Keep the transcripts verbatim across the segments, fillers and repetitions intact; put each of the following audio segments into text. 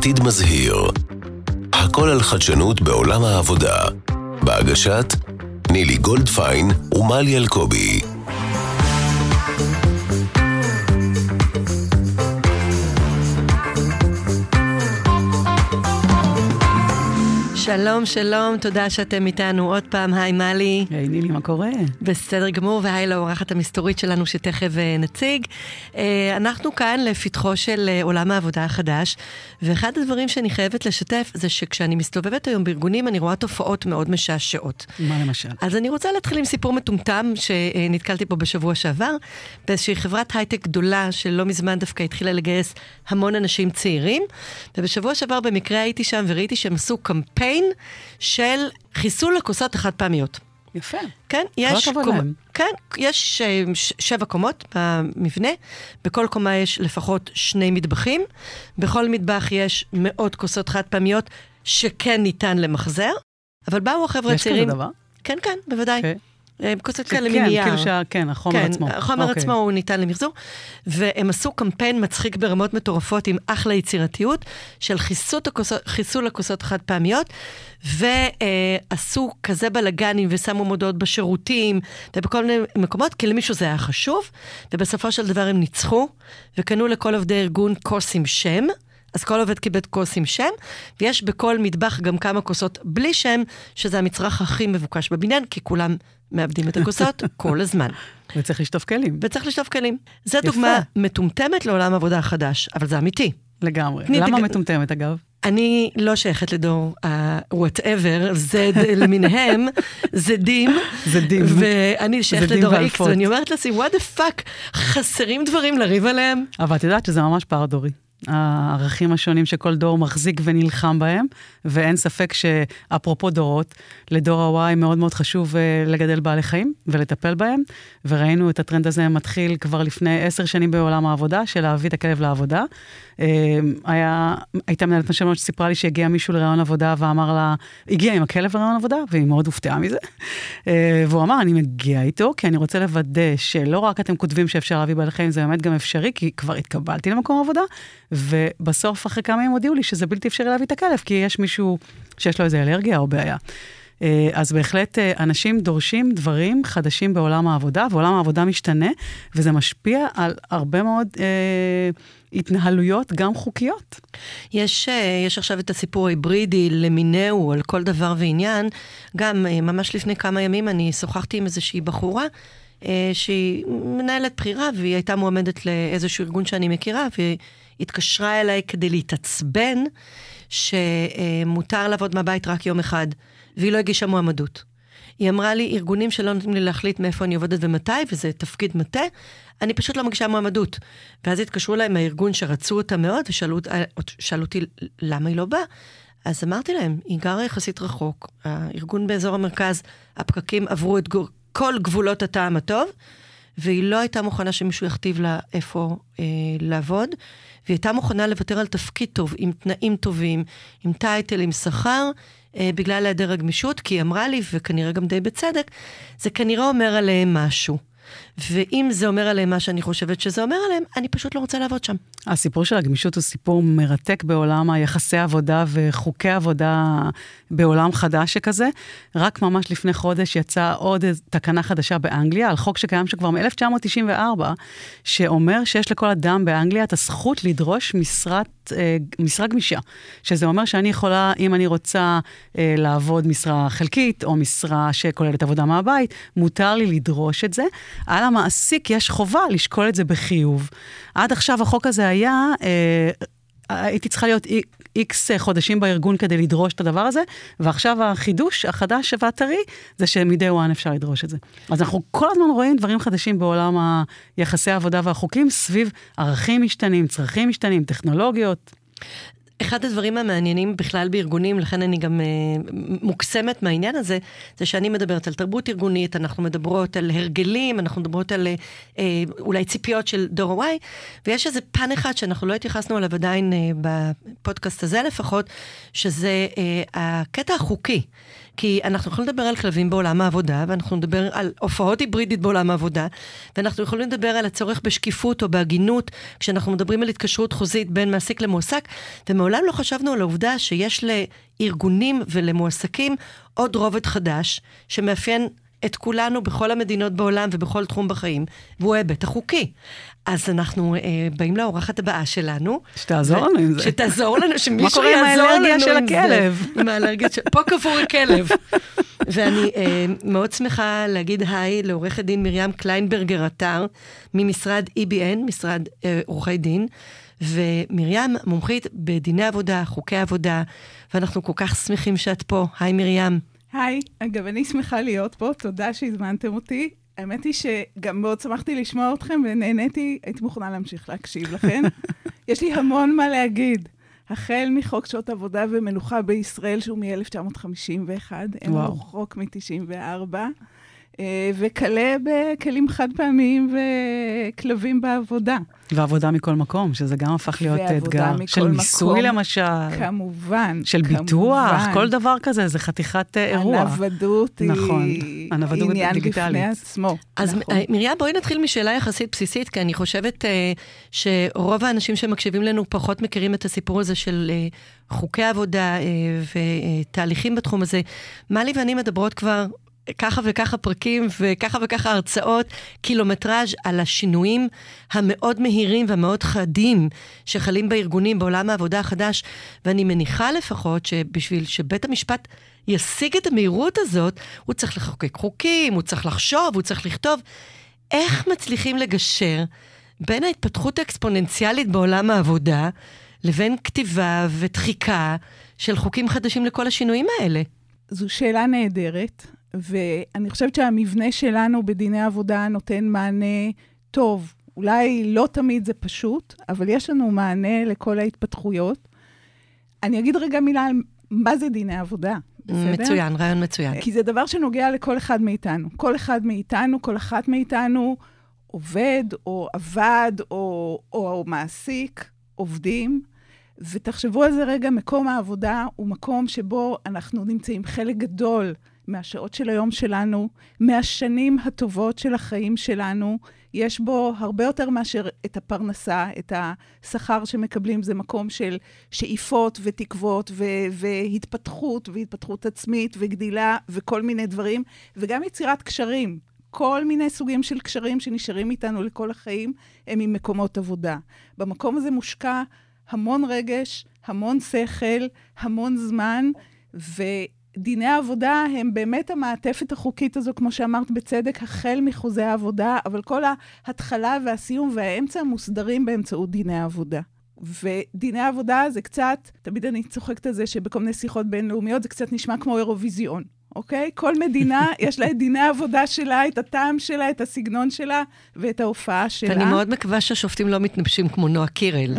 עתיד מזהיר. הכל על חדשנות בעולם העבודה. בהגשת נילי גולדפיין ומלי אלקובי. שלום, שלום, תודה שאתם איתנו עוד פעם. היי מלי. היי נילי, מה קורה? בסדר גמור, והי לאורחת המסתורית שלנו שתכף נציג. אנחנו כאן לפתחו של עולם העבודה החדש, ואחד הדברים שאני חייבת לשתף זה שכשאני מסתובבת היום בארגונים אני רואה תופעות מאוד משעשעות. מה למשל? אז אני רוצה להתחיל עם סיפור מטומטם שנתקלתי פה בשבוע שעבר, באיזושהי חברת הייטק גדולה שלא מזמן דווקא התחילה לגייס המון אנשים צעירים, ובשבוע שעבר במקרה הייתי שם וראיתי שהם עשו קמפיין של חיסול הכוסות החד פעמיות. יפה. כן, יש קומ... כן, יש ש... שבע קומות במבנה, בכל קומה יש לפחות שני מטבחים, בכל מטבח יש מאות כוסות חד פעמיות שכן ניתן למחזר, אבל באו החבר'ה צעירים... יש כזה דבר? כן, כן, בוודאי. Okay. כוסות כאלה מנייר. כן, כאילו שה... כן, החומר כן, עצמו. החומר okay. עצמו הוא ניתן למחזור, והם עשו קמפיין מצחיק ברמות מטורפות עם אחלה יצירתיות, של חיסול הכוסות חד פעמיות, ועשו כזה בלגנים, ושמו מודעות בשירותים, ובכל מיני מקומות, כי למישהו זה היה חשוב, ובסופו של דבר הם ניצחו, וקנו לכל עובדי ארגון כוס עם שם, אז כל עובד קיבל כוס עם שם, ויש בכל מטבח גם כמה כוסות בלי שם, שזה המצרך הכי מבוקש בבניין, כי כולם מאבדים את הכוסות כל הזמן. וצריך לשטוף כלים. וצריך לשטוף כלים. זו דוגמה מטומטמת לעולם עבודה החדש, אבל זה אמיתי. לגמרי. למה מטומטמת אגב? אני לא שייכת לדור whatever, זד למיניהם, זדים. זדים. ואני שייכת לדור ה-X, ואני אומרת לסי, what the fuck, חסרים דברים לריב עליהם. אבל את יודעת שזה ממש פער דורי. הערכים השונים שכל דור מחזיק ונלחם בהם, ואין ספק שאפרופו דורות, לדור ה-Y מאוד מאוד חשוב לגדל בעלי חיים ולטפל בהם, וראינו את הטרנד הזה מתחיל כבר לפני עשר שנים בעולם העבודה, של להביא את הכלב לעבודה. היה, הייתה מנהלת משלמות שסיפרה לי שהגיע מישהו לרעיון עבודה ואמר לה, הגיע עם הכלב לרעיון עבודה, והיא מאוד הופתעה מזה. והוא אמר, אני מגיע איתו, כי אני רוצה לוודא שלא רק אתם כותבים שאפשר להביא בעלי חיים, זה באמת גם אפשרי, כי כבר התקבלתי למקום עבודה, ובסוף אחרי כמה ימים הודיעו לי שזה בלתי אפשרי להביא את הכלב, כי יש מישהו שיש לו איזה אלרגיה או בעיה. אז בהחלט אנשים דורשים דברים חדשים בעולם העבודה, ועולם העבודה משתנה, וזה משפיע על הרבה מאוד אה, התנהלויות גם חוקיות. יש, יש עכשיו את הסיפור ההיברידי למינהו, על כל דבר ועניין. גם ממש לפני כמה ימים אני שוחחתי עם איזושהי בחורה, שהיא מנהלת בחירה, והיא הייתה מועמדת לאיזשהו ארגון שאני מכירה, והיא התקשרה אליי כדי להתעצבן, שמותר לעבוד מהבית רק יום אחד, והיא לא הגישה מועמדות. היא אמרה לי, ארגונים שלא נותנים לי להחליט מאיפה אני עובדת ומתי, וזה תפקיד מטה, אני פשוט לא מגישה מועמדות. ואז התקשרו אליי מהארגון שרצו אותה מאוד, ושאלו אותי למה היא לא באה. אז אמרתי להם, היא גרה יחסית רחוק, הארגון באזור המרכז, הפקקים עברו את כל גבולות הטעם הטוב, והיא לא הייתה מוכנה שמישהו יכתיב לה איפה אה, לעבוד, והיא הייתה מוכנה לוותר על תפקיד טוב, עם תנאים טובים, עם טייטל, עם שכר, אה, בגלל היעדר הגמישות, כי היא אמרה לי, וכנראה גם די בצדק, זה כנראה אומר עליהם משהו. ואם זה אומר עליהם מה שאני חושבת שזה אומר עליהם, אני פשוט לא רוצה לעבוד שם. הסיפור של הגמישות הוא סיפור מרתק בעולם היחסי עבודה וחוקי עבודה בעולם חדש שכזה. רק ממש לפני חודש יצאה עוד תקנה חדשה באנגליה, על חוק שקיים שכבר מ-אלף תשע מאות תשעים וארבע, שאומר שיש לכל אדם באנגליה את הזכות לדרוש משרת, משרה גמישה. שזה אומר שאני יכולה, אם אני רוצה לעבוד משרה חלקית, או משרה שכוללת עבודה מהבית, מותר לי לדרוש את זה. על המעסיק יש חובה לשקול את זה בחיוב. עד עכשיו החוק הזה היה, אה, הייתי צריכה להיות איקס חודשים בארגון כדי לדרוש את הדבר הזה, ועכשיו החידוש החדש והטרי, זה שמדי וואן אפשר לדרוש את זה. אז אנחנו כל הזמן רואים דברים חדשים בעולם היחסי העבודה והחוקים, סביב ערכים משתנים, צרכים משתנים, טכנולוגיות. אחד הדברים המעניינים בכלל בארגונים, לכן אני גם uh, מוקסמת מהעניין הזה, זה שאני מדברת על תרבות ארגונית, אנחנו מדברות על הרגלים, אנחנו מדברות על uh, אולי ציפיות של דור ה-Y, ויש איזה פן אחד שאנחנו לא התייחסנו עליו עדיין uh, בפודקאסט הזה לפחות, שזה uh, הקטע החוקי. כי אנחנו יכולים לדבר על כלבים בעולם העבודה, ואנחנו נדבר על הופעות היברידית בעולם העבודה, ואנחנו יכולים לדבר על הצורך בשקיפות או בהגינות, כשאנחנו מדברים על התקשרות חוזית בין מעסיק למועסק, ומעולם לא חשבנו על העובדה שיש לארגונים ולמועסקים עוד רובד חדש, שמאפיין את כולנו בכל המדינות בעולם ובכל תחום בחיים, והוא ההיבט החוקי. אז אנחנו אה, באים לאורחת הבאה שלנו. שתעזור לנו עם זה. שתעזור לנו, שמישהו יעזור לנו עם זה. מה קורה עם האלרגיה של הכלב? עם האלרגיה של... פה קבור הכלב. ואני אה, מאוד שמחה להגיד היי לעורכת דין מרים קליינברגר אתר, ממשרד אי בי אן, משרד אה, עורכי דין, ומרים מומחית בדיני עבודה, חוקי עבודה, ואנחנו כל כך שמחים שאת פה. היי מרים. היי, אגב, אני שמחה להיות פה, תודה שהזמנתם אותי. האמת היא שגם מאוד שמחתי לשמוע אתכם, ונהניתי, הייתי מוכנה להמשיך להקשיב לכם. יש לי המון מה להגיד. החל מחוק שעות עבודה ומנוחה בישראל, שהוא מ-אלף תשע מאות חמישים ואחת, אין לו חוק מ-תשעים וארבע, וכלה בכלים חד פעמיים וכלבים בעבודה. ועבודה מכל מקום, שזה גם הפך להיות אתגר. של מיסוי למשל. כמובן. של ביטוח, כל דבר כזה, זה חתיכת אירוע. הנוודות היא עניין בפני עצמו. אז מרים, בואי נתחיל משאלה יחסית בסיסית, כי אני חושבת שרוב האנשים שמקשיבים לנו פחות מכירים את הסיפור הזה של חוקי עבודה ותהליכים בתחום הזה. מלי ואני מדברות כבר ככה וככה פרקים וככה וככה הרצאות, קילומטראז' על השינויים המאוד מהירים והמאוד חדים שחלים בארגונים בעולם העבודה החדש, ואני מניחה לפחות שבשביל שבית המשפט ישיג את המהירות הזאת, הוא צריך לחוקק חוקים, הוא צריך לחשוב, הוא צריך לכתוב. איך מצליחים לגשר בין ההתפתחות האקספוננציאלית בעולם העבודה, לבין כתיבה ודחיקה של חוקים חדשים לכל השינויים האלה? זו שאלה נהדרת. ואני חושבת שהמבנה שלנו בדיני עבודה נותן מענה טוב. אולי לא תמיד זה פשוט, אבל יש לנו מענה לכל ההתפתחויות. אני אגיד רגע מילה על מה זה דיני עבודה. בסדר? מצוין, רעיון מצוין. כי זה דבר שנוגע לכל אחד מאיתנו. כל אחד מאיתנו, כל אחת מאיתנו, עובד או עבד או, או, או מעסיק, עובדים. ותחשבו על זה רגע, מקום העבודה הוא מקום שבו אנחנו נמצאים חלק גדול מהשעות של היום שלנו, מהשנים הטובות של החיים שלנו, יש בו הרבה יותר מאשר את הפרנסה, את השכר שמקבלים, זה מקום של שאיפות ותקוות ו- והתפתחות, והתפתחות עצמית וגדילה וכל מיני דברים, וגם יצירת קשרים. כל מיני סוגים של קשרים שנשארים איתנו לכל החיים, הם עם מקומות עבודה. במקום הזה מושקע המון רגש, המון שכל, המון זמן, ו... דיני העבודה הם באמת המעטפת החוקית הזו, כמו שאמרת בצדק, החל מחוזי העבודה, אבל כל ההתחלה והסיום והאמצע מוסדרים באמצעות דיני העבודה. ודיני העבודה זה קצת, תמיד אני צוחקת על זה שבכל מיני שיחות בינלאומיות, זה קצת נשמע כמו אירוויזיון, אוקיי? כל מדינה יש לה את דיני העבודה שלה, את הטעם שלה, את הסגנון שלה ואת ההופעה שלה. ואני מאוד מקווה שהשופטים לא מתנפשים כמו נועה קירל.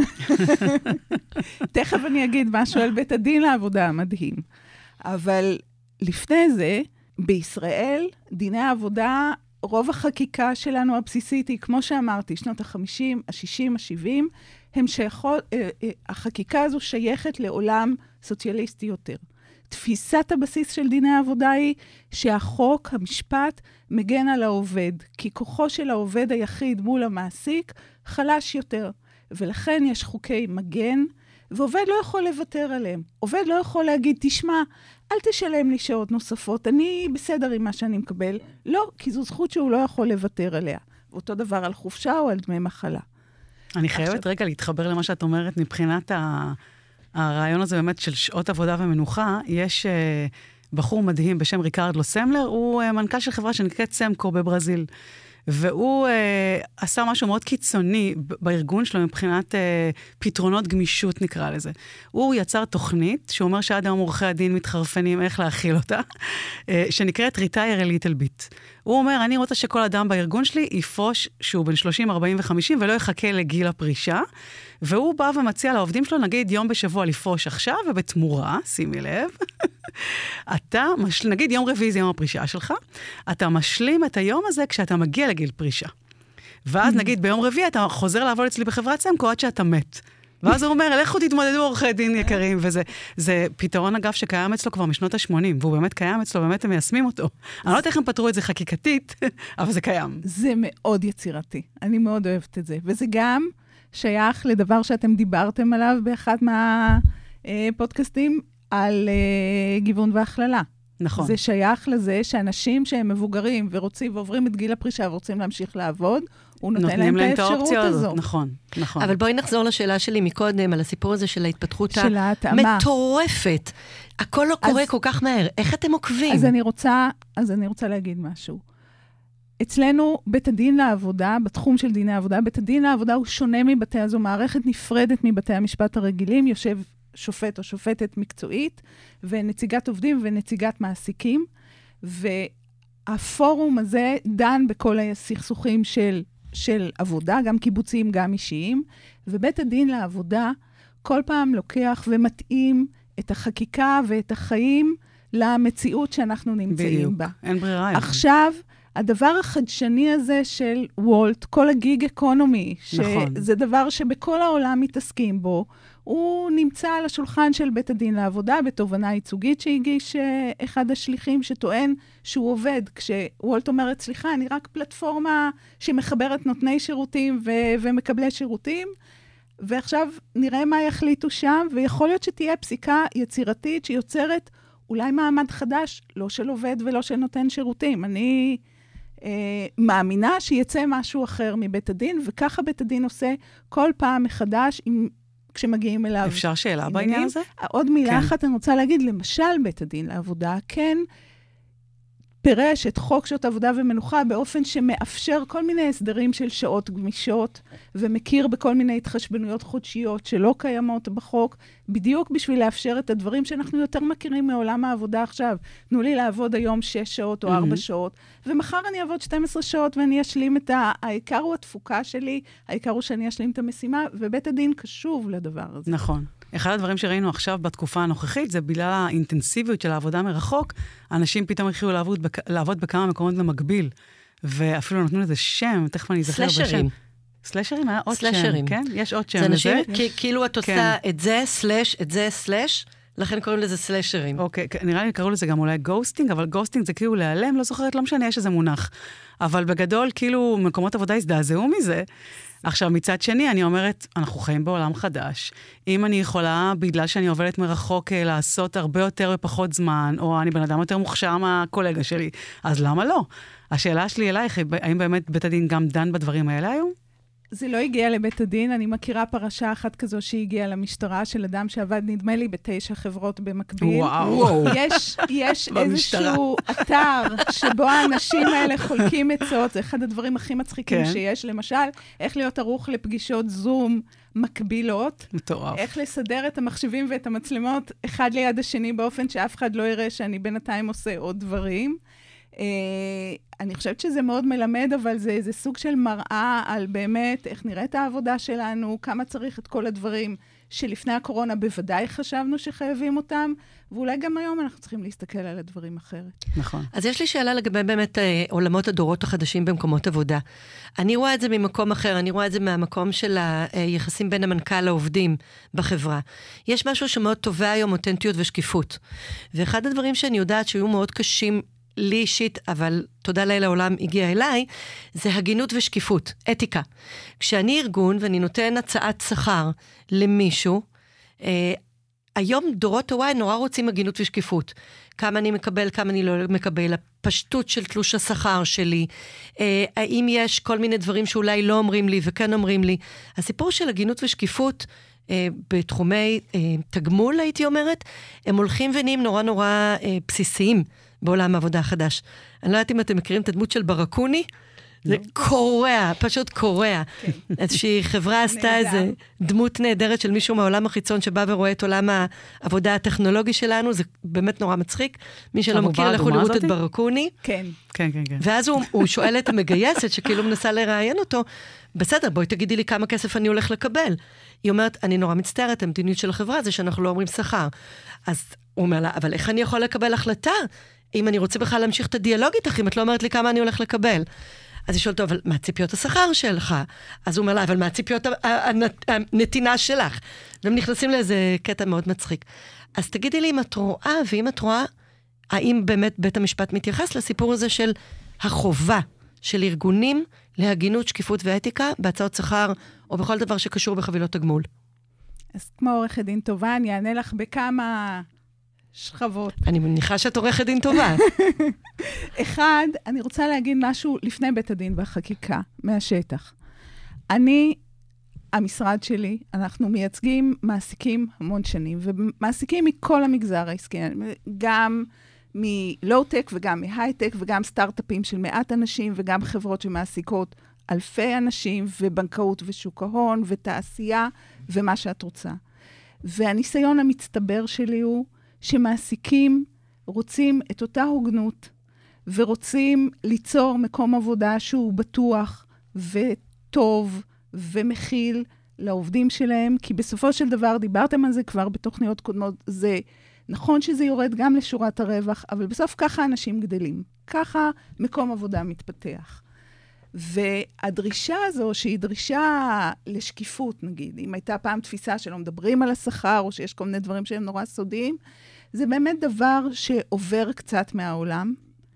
תכף אני אגיד משהו על בית הדין לעבודה המדהים. אבל לפני זה, בישראל, דיני העבודה, רוב החקיקה שלנו הבסיסית היא, כמו שאמרתי, שנות ה-חמישים, ה-שישים, ה-שבעים, הם שייכות, החקיקה הזו שייכת לעולם סוציאליסטי יותר. תפיסת הבסיס של דיני העבודה היא שהחוק, המשפט, מגן על העובד, כי כוחו של העובד היחיד מול המעסיק חלש יותר, ולכן יש חוקי מגן, ועובד לא יכול לוותר עליהם. עובד לא יכול להגיד, תשמע, אל תשלם לי שעות נוספות, אני בסדר עם מה שאני מקבל. לא, כי זו זכות שהוא לא יכול לוותר עליה. ואותו דבר על חופשה או על דמי מחלה. אני חייבת עכשיו... רגע להתחבר למה שאת אומרת, מבחינת ה... הרעיון הזה באמת של שעות עבודה ומנוחה, יש uh, בחור מדהים בשם ריקרדו סמלר, הוא uh, מנכ"ל של חברה שנקראת סמקו בברזיל. והוא אה, עשה משהו מאוד קיצוני בארגון שלו מבחינת אה, פתרונות גמישות נקרא לזה. הוא יצר תוכנית שהוא אומר שעד היום עורכי הדין מתחרפנים איך להכיל אותה, אה, שנקראת Retire a Little Bit. הוא אומר, אני רוצה שכל אדם בארגון שלי יפרוש שהוא בין שלושים, ארבעים וחמישים ולא יחכה לגיל הפרישה, והוא בא ומציע לעובדים שלו, נגיד יום בשבוע לפרוש עכשיו, ובתמורה, שימי לב, אתה, נגיד יום רביעי זה יום הפרישה שלך, אתה משלים את היום הזה כשאתה מגיע לגיל פרישה. ואז נגיד ביום רביעי אתה חוזר לעבוד אצלי בחברת סמקו עד שאתה מת. ואז הוא אומר, לכו תתמודדו עורכי דין יקרים, וזה זה פתרון אגב שקיים אצלו כבר משנות ה-שמונים, והוא באמת קיים אצלו, באמת הם מיישמים אותו. אני לא יודעת איך הם פתרו את זה חקיקתית, אבל זה קיים. זה מאוד יצירתי, אני מאוד אוהבת את זה, וזה גם שייך לדבר שאתם דיברתם עליו באחד מהפודקאסטים, על גיוון והכללה. נכון. זה שייך לזה שאנשים שהם מבוגרים ורוצים ועוברים את גיל הפרישה ורוצים להמשיך לעבוד, הוא נותן להם את האפשרות הזו. נכון, נכון. אבל בואי נחזור לשאלה שלי מקודם, על הסיפור הזה של ההתפתחות המטורפת. הכל לא קורה כל כך מהר. איך אתם עוקבים? אז אני רוצה, אז אני רוצה להגיד משהו. אצלנו, בית הדין לעבודה, בתחום של דיני העבודה, בית הדין לעבודה הוא שונה מבתי, הזו מערכת נפרדת מבתי המשפט הרגילים, יושב שופט או שופטת מקצועית, ונציגת עובדים ונציגת מעסיקים, והפורום הזה דן בכל הסכסוכים של, של עבודה, גם קיבוציים, גם אישיים, ובית הדין לעבודה כל פעם לוקח ומתאים את החקיקה ואת החיים למציאות שאנחנו נמצאים בדיוק. בה. אין ברירה. עכשיו, הדבר החדשני הזה של וולט, כל הגיג אקונומי, נכון. שזה דבר שבכל העולם מתעסקים בו, הוא נמצא על השולחן של בית הדין לעבודה, בתובנה ייצוגית שהגיש אחד השליחים שטוען שהוא עובד, כשוולט אומרת, סליחה, אני רק פלטפורמה שמחברת נותני שירותים ו- ומקבלי שירותים, ועכשיו נראה מה יחליטו שם, ויכול להיות שתהיה פסיקה יצירתית שיוצרת אולי מעמד חדש, לא של עובד ולא של נותן שירותים. אני אה, מאמינה שיצא משהו אחר מבית הדין, וככה בית הדין עושה כל פעם מחדש עם... כשמגיעים אליו. אפשר שאלה בעניין הזה? עוד מילה אחת אני רוצה להגיד, למשל בית הדין לעבודה, כן, פירש את חוק שעות עבודה ומנוחה באופן שמאפשר כל מיני הסדרים של שעות גמישות, ומכיר בכל מיני התחשבנויות חודשיות שלא קיימות בחוק, בדיוק בשביל לאפשר את הדברים שאנחנו יותר מכירים מעולם העבודה עכשיו. תנו לי לעבוד היום שש שעות או ארבע שעות, ומחר אני אעבוד שתים עשרה שעות ואני אשלים את ה... העיקר הוא התפוקה שלי, העיקר הוא שאני אשלים את המשימה, ובית הדין קשוב לדבר הזה. נכון. אחד הדברים שראינו עכשיו בתקופה הנוכחית, זה בגלל האינטנסיביות של העבודה מרחוק, אנשים פתאום התחילו לעבוד, בק... לעבוד בכמה מקומות במקביל, ואפילו נתנו לזה שם, תכף אני אזכר בשם. סלשרים. סלשרים היה עוד סלשרים. שם, כן? יש עוד שם לזה. לזה. זה אנשים, כאילו את עושה את זה, סלש, את זה, סלש, לכן קוראים לזה סלשרים. אוקיי, נראה לי קראו לזה גם אולי גוסטינג, אבל גוסטינג זה כאילו להיעלם, לא זוכרת, לא משנה, יש איזה מונח. אבל בגדול, כאילו, מקומות עבודה הזדעזעו מזה. עכשיו, מצד שני, אני אומרת, אנחנו חיים בעולם חדש. אם אני יכולה, בגלל שאני עובדת מרחוק, לעשות הרבה יותר בפחות זמן, או אני בן אדם יותר מוכשר מהקולגה שלי, אז למה לא? השאלה שלי אלייך, האם באמת בית הדין גם דן בדברים האלה היום? זה לא הגיע לבית הדין, אני מכירה פרשה אחת כזו שהגיעה למשטרה, של אדם שעבד, נדמה לי, בתשע חברות במקביל. וואו. יש, יש איזשהו אתר שבו האנשים האלה חולקים עצות, זה אחד הדברים הכי מצחיקים כן. שיש, למשל, איך להיות ערוך לפגישות זום מקבילות. מטורף. איך לסדר את המחשבים ואת המצלמות אחד ליד השני, באופן שאף אחד לא יראה שאני בינתיים עושה עוד דברים. Uh, אני חושבת שזה מאוד מלמד, אבל זה, זה סוג של מראה על באמת איך נראית העבודה שלנו, כמה צריך את כל הדברים שלפני הקורונה בוודאי חשבנו שחייבים אותם, ואולי גם היום אנחנו צריכים להסתכל על הדברים אחרת. נכון. אז יש לי שאלה לגבי באמת אה, עולמות הדורות החדשים במקומות עבודה. אני רואה את זה ממקום אחר, אני רואה את זה מהמקום של היחסים בין המנכ"ל לעובדים בחברה. יש משהו שמאוד טובה היום, אותנטיות ושקיפות. ואחד הדברים שאני יודעת שהיו מאוד קשים לי אישית, אבל תודה לילה העולם הגיע אליי, זה הגינות ושקיפות, אתיקה. כשאני ארגון ואני נותן הצעת שכר למישהו, אה, היום דורות הוואי נורא רוצים הגינות ושקיפות. כמה אני מקבל, כמה אני לא מקבל, הפשטות של תלוש השכר שלי, אה, האם יש כל מיני דברים שאולי לא אומרים לי וכן אומרים לי. הסיפור של הגינות ושקיפות, אה, בתחומי אה, תגמול, הייתי אומרת, הם הולכים ונהיים נורא נורא אה, בסיסיים, בעולם העבודה החדש. אני לא יודעת אם אתם מכירים את הדמות של ברקוני, זה קורע, פשוט קורע. איזושהי חברה עשתה איזה דמות נהדרת של מישהו מהעולם החיצון שבא ורואה את עולם העבודה הטכנולוגי שלנו, זה באמת נורא מצחיק. מי שלא מכיר, לכו לראות את ברקוני. כן. כן, כן, כן. ואז הוא שואל את המגייסת, שכאילו מנסה לראיין אותו, בסדר, בואי תגידי לי כמה כסף אני הולך לקבל. היא אומרת, אני נורא מצטערת, המדיניות של החברה זה שאנחנו לא אומרים שכר. אז הוא אומר לה, אבל איך אני יכול לקבל החלטה? אם אני רוצה בכלל להמשיך את הדיאלוג איתך, אם את לא אומרת לי כמה אני הולך לקבל. אז היא שואלת, אבל מה ציפיות השכר שלך? אז הוא אומר לה, אבל מה ציפיות הנתינה שלך? והם נכנסים לאיזה קטע מאוד מצחיק. אז תגידי לי אם את רואה, ואם את רואה, האם באמת בית המשפט מתייחס לסיפור הזה של החובה של ארגונים להגינות, שקיפות ואתיקה, בהצעות שכר, או בכל דבר שקשור בחבילות הגמול? אז כמו עורכת דין טובה, אני אענה לך בכמה שכבות. אני מניחה שאת עורכת דין טובה. אחד, אני רוצה להגיד משהו לפני בית הדין והחקיקה, מהשטח. אני, המשרד שלי, אנחנו מייצגים מעסיקים המון שנים, ומעסיקים מכל המגזר העסקי, גם מלואו-טק וגם מהייטק, וגם סטארט-אפים של מעט אנשים, וגם חברות שמעסיקות אלפי אנשים, ובנקאות ושוק ההון, ותעשייה, ומה שאת רוצה. והניסיון המצטבר שלי הוא, שמעסיקים רוצים את אותה הוגנות, ורוצים ליצור מקום עבודה שהוא בטוח, וטוב, ומכיל לעובדים שלהם, כי בסופו של דבר, דיברתם על זה כבר בתוכניות קודמות, זה נכון שזה יורד גם לשורת הרווח, אבל בסוף ככה אנשים גדלים. ככה מקום עבודה מתפתח. והדרישה הזו, שהיא דרישה לשקיפות, נגיד, אם הייתה פעם תפיסה שלא מדברים על השכר, או שיש כל מיני דברים שהם נורא סודיים, זה באמת דבר שעובר קצת מהעולם.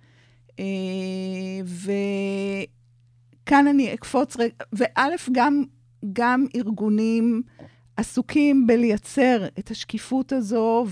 וכאן אני אקפוץ, וא' גם, גם ארגונים עסוקים בלייצר את השקיפות הזו,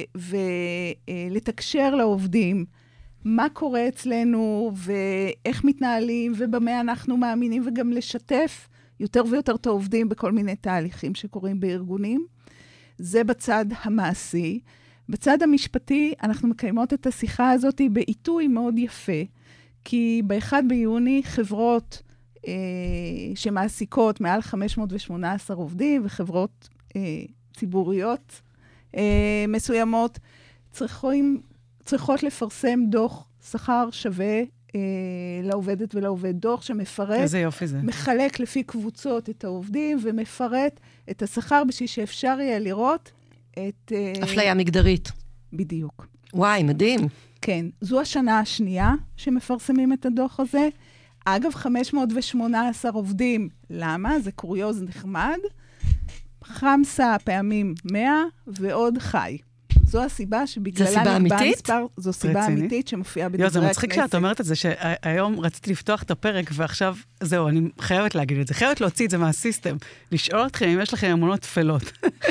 ולתקשר לעובדים, מה קורה אצלנו, ואיך מתנהלים, ובמה אנחנו מאמינים, וגם לשתף יותר ויותר את העובדים בכל מיני תהליכים שקורים בארגונים. זה בצד המעשי. בצד המשפטי, אנחנו מקיימות את השיחה הזאת בעיתוי מאוד יפה, כי ב-אחד ביוני חברות אה, שמעסיקות מעל חמש מאות ושמונה עשרה עובדים, וחברות אה, ציבוריות אה, מסוימות, צריכים, צריכות לפרסם דוח שכר שווה אה, לעובדת ולעובד, דוח שמפרט, איזה יופי זה. מחלק לפי קבוצות את העובדים, ומפרט את השכר בשביל שאפשר יהיה לראות את... אפליה מגדרית. בדיוק. וואי, מדהים. כן, זו השנה השנייה שמפרסמים את הדוח הזה. אגב, חמש מאות ושמונה עשרה עובדים. למה? זה קוריוז נחמד. חמסה פעמים מאה ועוד חי. זו הסיבה שבגללה... זו סיבה אמיתית? זו סיבה אמיתית שמופיעה בדברי הכנסת. זה מצחיק שאת אומרת את זה, שהיום רציתי לפתוח את הפרק, ועכשיו, זהו, אני חייבת להגיד את זה. חייבת להוציא את זה מהסיסטם. לשאול אתכם אם יש לכם אמונות תפלות.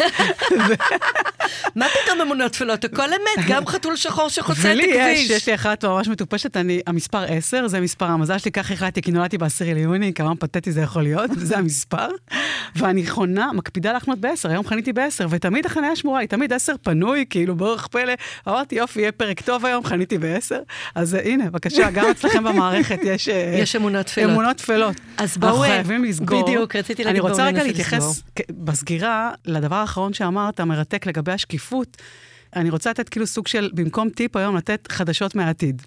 מה פתאום אמונות תפלות? הכל אמת, גם חתול שחור שחוצה את הכביש. ולי יש, יש לי אחת ממש מטופשת, אני, המספר עשר, זה מספר המזל שלי, כך החלטתי, כי נולדתי בעשירי ליוני, כמה פתטי זה יכול להיות, זה המספר. ואני חונה, מקפידה לחנות בעשר, היום חניתי בעשר, ותמיד החניה שמורה, היא תמיד עשר פנוי, כאילו באורך פלא, אמרתי, יופי, יהיה פרק טוב היום, חניתי בעשר, אז הנה, בבקשה, גם אצלכם במערכת יש... יש אמונות תפלות. אמונות תפלות. אז בואו... אנחנו חייבים לסגור. בדיוק, רציתי להגיד אני רוצה רגע להתייחס בסגירה, לדבר האחרון שאמרת, מרתק לגבי השקיפות, אני רוצה לתת כאילו סוג של, במקום טיפ היום, לתת חדשות מהעתיד.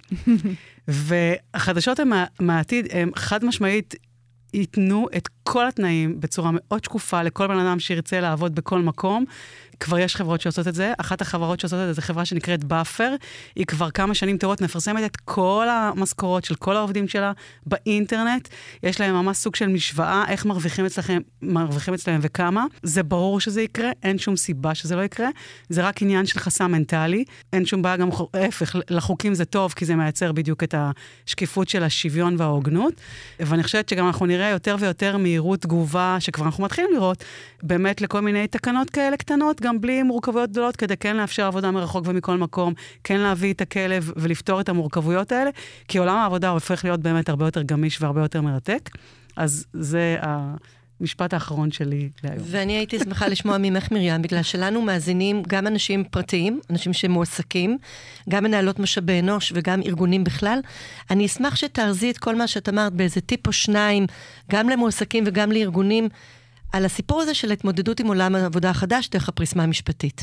והחדשות מהעתיד הם חד משמעית, ייתנו את כל התנאים בצורה מאוד שקופה לכל בן אדם שירצה לעבוד בכל מקום. כבר יש חברות שעושות את זה. אחת החברות שעושות את זה, זו חברה שנקראת באפר. היא כבר כמה שנים טובות מפרסמת את כל המשכורות של כל העובדים שלה באינטרנט. יש להם ממש סוג של משוואה, איך מרוויחים אצלכם, מרוויחים אצלם וכמה. זה ברור שזה יקרה, אין שום סיבה שזה לא יקרה. זה רק עניין של חסם מנטלי. אין שום בעיה, גם ההפך, לחוקים זה טוב, כי זה מייצר בדיוק את השקיפות של השוויון וההוגנות. ואני חושבת שגם אנחנו נראה יותר ויותר מהירות תגובה, שכבר אנחנו מתחילים לראות, באמת לכל מיני תקנות כאלה קטנות, גם בלי מורכבויות גדולות, כדי כן לאפשר עבודה מרחוק ומכל מקום, כן להביא את הכלב ולפתור את המורכבויות האלה, כי עולם העבודה הופך להיות באמת הרבה יותר גמיש והרבה יותר מרתק. אז זה המשפט האחרון שלי להיום. ואני הייתי שמחה לשמוע ממך מרים, בגלל שלנו מאזינים גם אנשים פרטיים, אנשים שמועסקים, גם מנהלות משאבי אנוש וגם ארגונים בכלל. אני אשמח שתארזי את כל מה שאת אמרת באיזה טיפ או שניים, גם למועסקים וגם לארגונים, על הסיפור הזה של התמודדות עם עולם העבודה החדש, דרך הפריסמה המשפטית.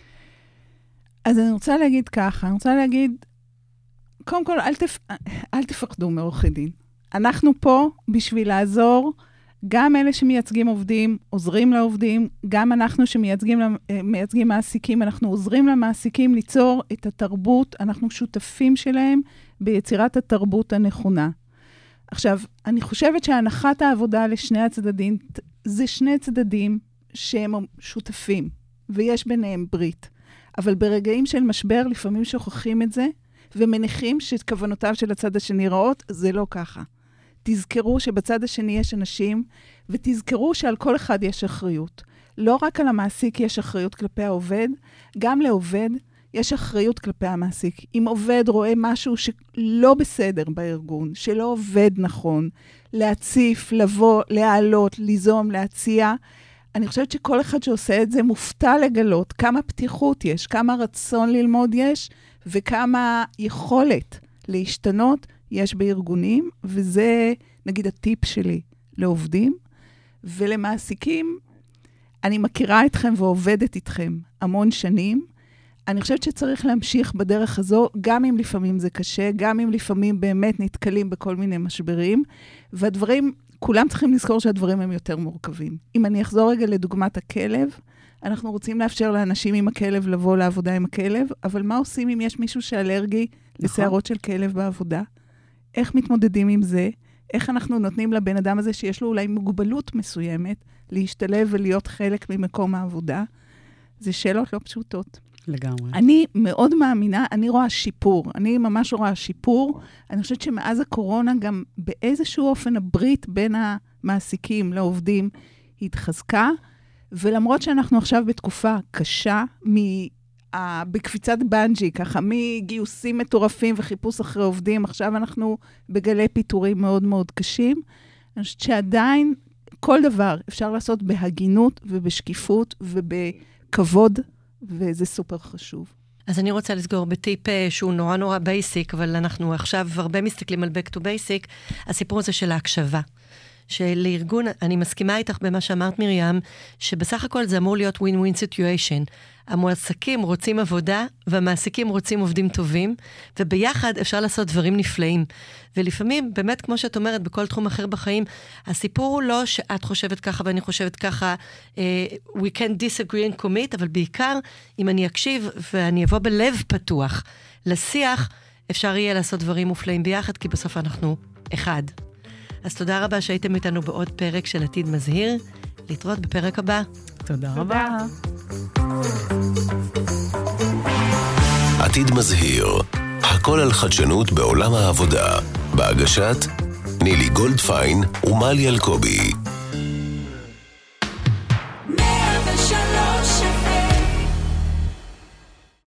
אז אני רוצה להגיד ככה, אני רוצה להגיד, קודם כל, אל, תפ... אל תפחדו מעורכי דין. אנחנו פה בשביל לעזור, גם אלה שמייצגים עובדים, עוזרים לעובדים, גם אנחנו שמייצגים מייצגים מעסיקים, אנחנו עוזרים למעסיקים ליצור את התרבות, אנחנו שותפים שלהם ביצירת התרבות הנכונה. עכשיו, אני חושבת שהנחת העבודה לשני הצדדים, זה שני צדדים שהם שותפים, ויש ביניהם ברית. אבל ברגעים של משבר, לפעמים שוכחים את זה, ומניחים שכוונותיו של הצד השני רעות, זה לא ככה. תזכרו שבצד השני יש אנשים, ותזכרו שעל כל אחד יש אחריות. לא רק על המעסיק יש אחריות כלפי העובד, גם לעובד יש אחריות כלפי המעסיק. אם עובד רואה משהו שלא בסדר בארגון, שלא עובד נכון, להציף, לבוא, להעלות, ליזום, להציע, אני חושבת שכל אחד שעושה את זה מופתע לגלות כמה פתיחות יש, כמה רצון ללמוד יש, וכמה יכולת להשתנות יש בארגונים, וזה נגיד הטיפ שלי לעובדים, ולמעסיקים, אני מכירה אתכם ועובדת איתכם המון שנים, אני חושבת שצריך להמשיך בדרך הזו, גם אם לפעמים זה קשה, גם אם לפעמים באמת נתקלים בכל מיני משברים, והדברים, כולם צריכים לזכור שהדברים הם יותר מורכבים. אם אני אחזור רגע לדוגמת הכלב, אנחנו רוצים לאפשר לאנשים עם הכלב לבוא לעבודה עם הכלב, אבל מה עושים אם יש מישהו שאלרגי לשערות של כלב בעבודה? איך מתמודדים עם זה? איך אנחנו נותנים לבן אדם הזה שיש לו אולי מוגבלות מסוימת, להשתלב ולהיות חלק ממקום העבודה? זה שאלות לא פשוטות. לגמרי. אני מאוד מאמינה, אני רואה שיפור. אני ממש רואה שיפור. אני חושבת שמאז הקורונה גם באיזשהו אופן הברית בין המעסיקים לעובדים התחזקה, ולמרות שאנחנו עכשיו בתקופה קשה, מ... בקפיצת בנג'י, ככה, מגיוסים מטורפים וחיפוש אחרי עובדים, עכשיו אנחנו בגלי פיטורים מאוד מאוד קשים. אני חושבת שעדיין כל דבר אפשר לעשות בהגינות ובשקיפות ובכבוד, וזה סופר חשוב. אז אני רוצה לסגור בטיפ שהוא נורא נורא בייסיק, אבל אנחנו עכשיו הרבה מסתכלים על back to basic, הסיפור הזה של ההקשבה. שלארגון, אני מסכימה איתך במה שאמרת מרים, שבסך הכל זה אמור להיות win-win situation. המועסקים רוצים עבודה, והמעסיקים רוצים עובדים טובים, וביחד אפשר לעשות דברים נפלאים. ולפעמים, באמת כמו שאת אומרת, בכל תחום אחר בחיים, הסיפור הוא לא שאת חושבת ככה ואני חושבת ככה, uh, we can disagree and commit, אבל בעיקר, אם אני אקשיב ואני אבוא בלב פתוח לשיח, אפשר יהיה לעשות דברים מופלאים ביחד, כי בסוף אנחנו אחד. אז תודה רבה שהייתם איתנו בעוד פרק של עתיד מזהיר. להתראות בפרק הבא. תודה רבה. עתיד מזהיר, הכל על חדשנות בעולם העבודה. בהגשת נילי גולדפיין ומלי אלקובי.